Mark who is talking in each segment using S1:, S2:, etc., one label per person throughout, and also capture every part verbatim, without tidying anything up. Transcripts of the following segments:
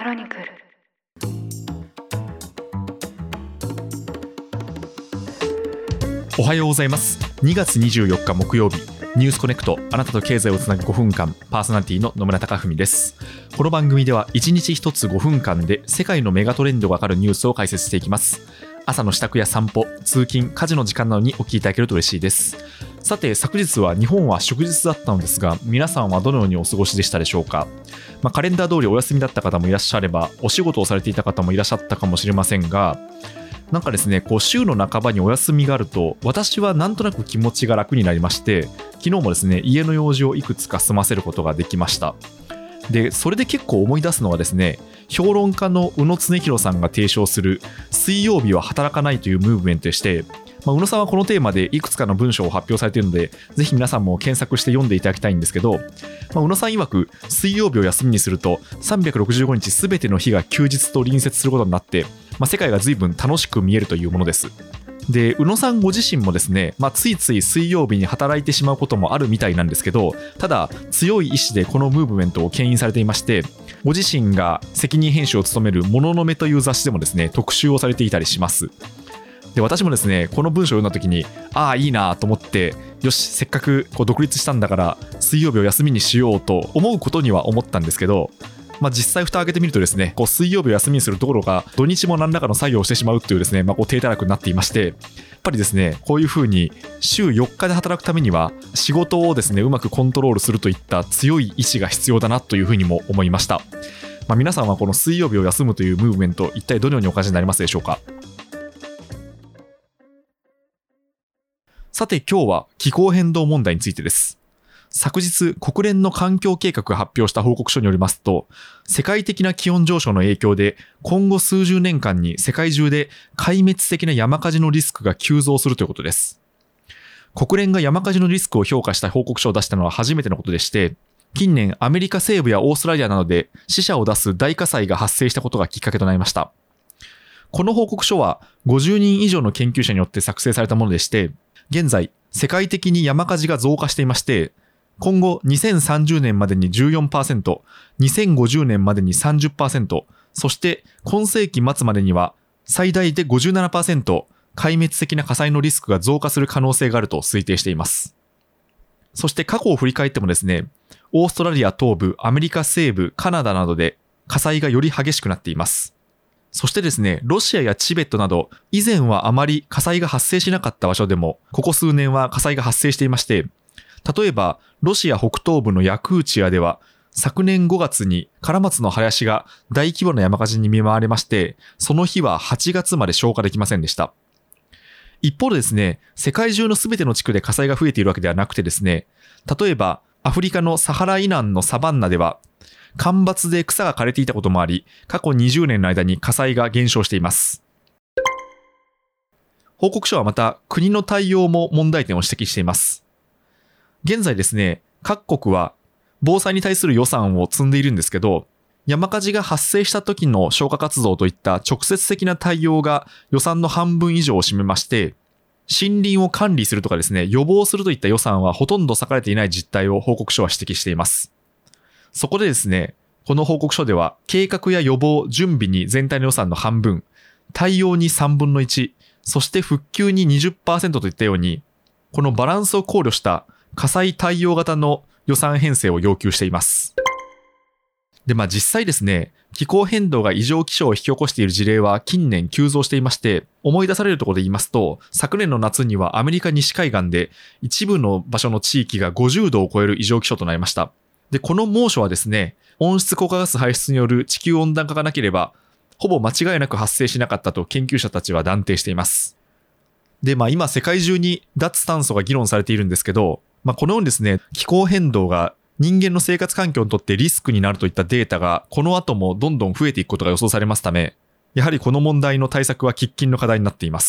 S1: クロニクル。
S2: おはようございます。にがつにじゅうよっか木曜日、ニュースコネクト、あなたと経済をつなぐごふんかん、パーソナリティの野村貴文です。この番組ではいちにちひとつごふんかんで世界のメガトレンドがわかるニュースを解説していきます。朝の支度や散歩、通勤、家事の時間などにお聞きいただけると嬉しいです。さて、昨日は日本は祝日だったのですが、皆さんはどのようにお過ごしでしたでしょうか。まあ、カレンダー通りお休みだった方もいらっしゃれば、お仕事をされていた方もいらっしゃったかもしれませんが、なんかですね、こう週の半ばにお休みがあると、私はなんとなく気持ちが楽になりまして、昨日もですね、家の用事をいくつか済ませることができました。で、それで結構思い出すのはですね、評論家の宇野恒弘さんが提唱する水曜日は働かないというムーブメントでして、まあ、宇野さんはこのテーマでいくつかの文章を発表されているので、ぜひ皆さんも検索して読んでいただきたいんですけど、まあ、宇野さん曰く水曜日を休みにするとさんびゃくろくじゅうごにちすべての日が休日と隣接することになって、まあ、世界が随分楽しく見えるというものです。で、宇野さんご自身もですね、まあ、ついつい水曜日に働いてしまうこともあるみたいなんですけど、ただ強い意志でこのムーブメントを牽引されていまして、ご自身が責任編集を務めるもののめという雑誌でもですね、特集をされていたりします。で、私もですね、この文章を読んだ時に、ああいいなと思って、よし、せっかくこう独立したんだから水曜日を休みにしようと思うことには思ったんですけど、まあ、実際蓋を開けてみるとですね、こう水曜日を休みにするところが土日も何らかの作業をしてしまうというですね、まあ、こう低たらくになっていまして、やっぱりですね、こういう風に週よっかで働くためには仕事をですね、うまくコントロールするといった強い意志が必要だなという風にも思いました。まあ、皆さんはこの水曜日を休むというムーブメント、一体どのようにお感じになりますでしょうか。さて、今日は気候変動問題についてです。昨日、国連の環境計画が発表した報告書によりますと、世界的な気温上昇の影響で、今後数十年間に世界中で壊滅的な山火事のリスクが急増するということです。国連が山火事のリスクを評価した報告書を出したのは初めてのことでして、近年アメリカ西部やオーストラリアなどで死者を出す大火災が発生したことがきっかけとなりました。この報告書はごじゅうにん以上の研究者によって作成されたものでして、現在世界的に山火事が増加していまして、今後にせんさんじゅうねんまでに じゅうよんパーセント、にせんごじゅうねんまでに さんじゅっパーセント、そして今世紀末までには最大で ごじゅうななパーセント 壊滅的な火災のリスクが増加する可能性があると推定しています。そして過去を振り返ってもですね、オーストラリア東部、アメリカ西部、カナダなどで火災がより激しくなっています。そしてですね、ロシアやチベットなど、以前はあまり火災が発生しなかった場所でも、ここ数年は火災が発生していまして、例えば、ロシア北東部のヤクーチアでは、昨年ごがつにカラマツの林が大規模な山火事に見舞われまして、その日ははちがつまで消火できませんでした。一方でですね、世界中のすべての地区で火災が増えているわけではなくてですね、例えば、アフリカのサハラ以南のサバンナでは、干ばつで草が枯れていたこともあり、過去にじゅうねんの間に火災が減少しています。報告書はまた、国の対応も問題点を指摘しています。現在ですね、各国は防災に対する予算を積んでいるんですけど、山火事が発生した時の消火活動といった直接的な対応が予算の半分以上を占めまして、森林を管理するとかですね、予防するといった予算はほとんど割かれていない実態を報告書は指摘しています。そこでですね、この報告書では計画や予防、準備に全体の予算の半分、対応にさんぶんのいち、そして復旧に にじゅっパーセント といったように、このバランスを考慮した火災対応型の予算編成を要求しています。で、まあ実際ですね、気候変動が異常気象を引き起こしている事例は近年急増していまして、思い出されるところで言いますと、昨年の夏にはアメリカ西海岸で一部の場所の地域がごじゅうどを超える異常気象となりました。で、この猛暑はですね、温室効果ガス排出による地球温暖化がなければ、ほぼ間違いなく発生しなかったと研究者たちは断定しています。で、まあ今世界中に脱炭素が議論されているんですけど、まあこのようにですね、気候変動が人間の生活環境にとってリスクになるといったデータがこの後もどんどん増えていくことが予想されますため、やはりこの問題の対策は喫緊の課題になっています。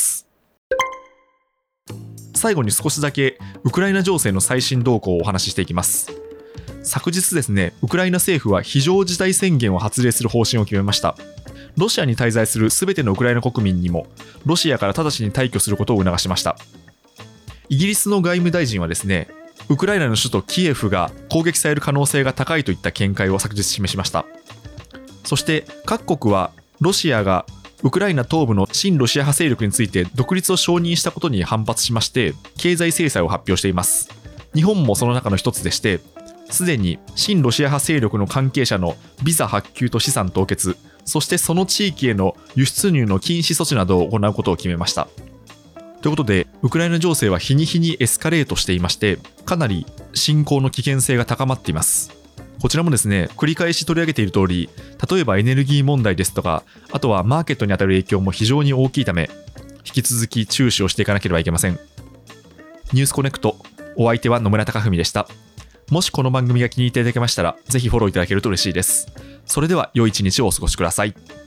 S2: 最後に少しだけウクライナ情勢の最新動向をお話ししていきます。昨日ですね、ウクライナ政府は非常事態宣言を発令する方針を決めました。ロシアに滞在するすべてのウクライナ国民にもロシアから直ちに退去することを促しました。イギリスの外務大臣はですね、ウクライナの首都キエフが攻撃される可能性が高いといった見解を昨日示しました。 そして各国はロシアがウクライナ東部の親ロシア派勢力について独立を承認したことに反発しまして、経済制裁を発表しています。日本もその中の一つでして、すでに親ロシア派勢力の関係者のビザ発給と資産凍結、そしてその地域への輸出入の禁止措置などを行うことを決めました。ということで、ウクライナ情勢は日に日にエスカレートしていまして、かなり侵攻の危険性が高まっています。こちらもですね、繰り返し取り上げている通り、例えばエネルギー問題ですとか、あとはマーケットに与える影響も非常に大きいため、引き続き注視をしていかなければいけません。ニュースコネクト、お相手は野村貴文でした。もしこの番組が気に入っていただけましたら、ぜひフォローいただけると嬉しいです。それでは良い一日をお過ごしください。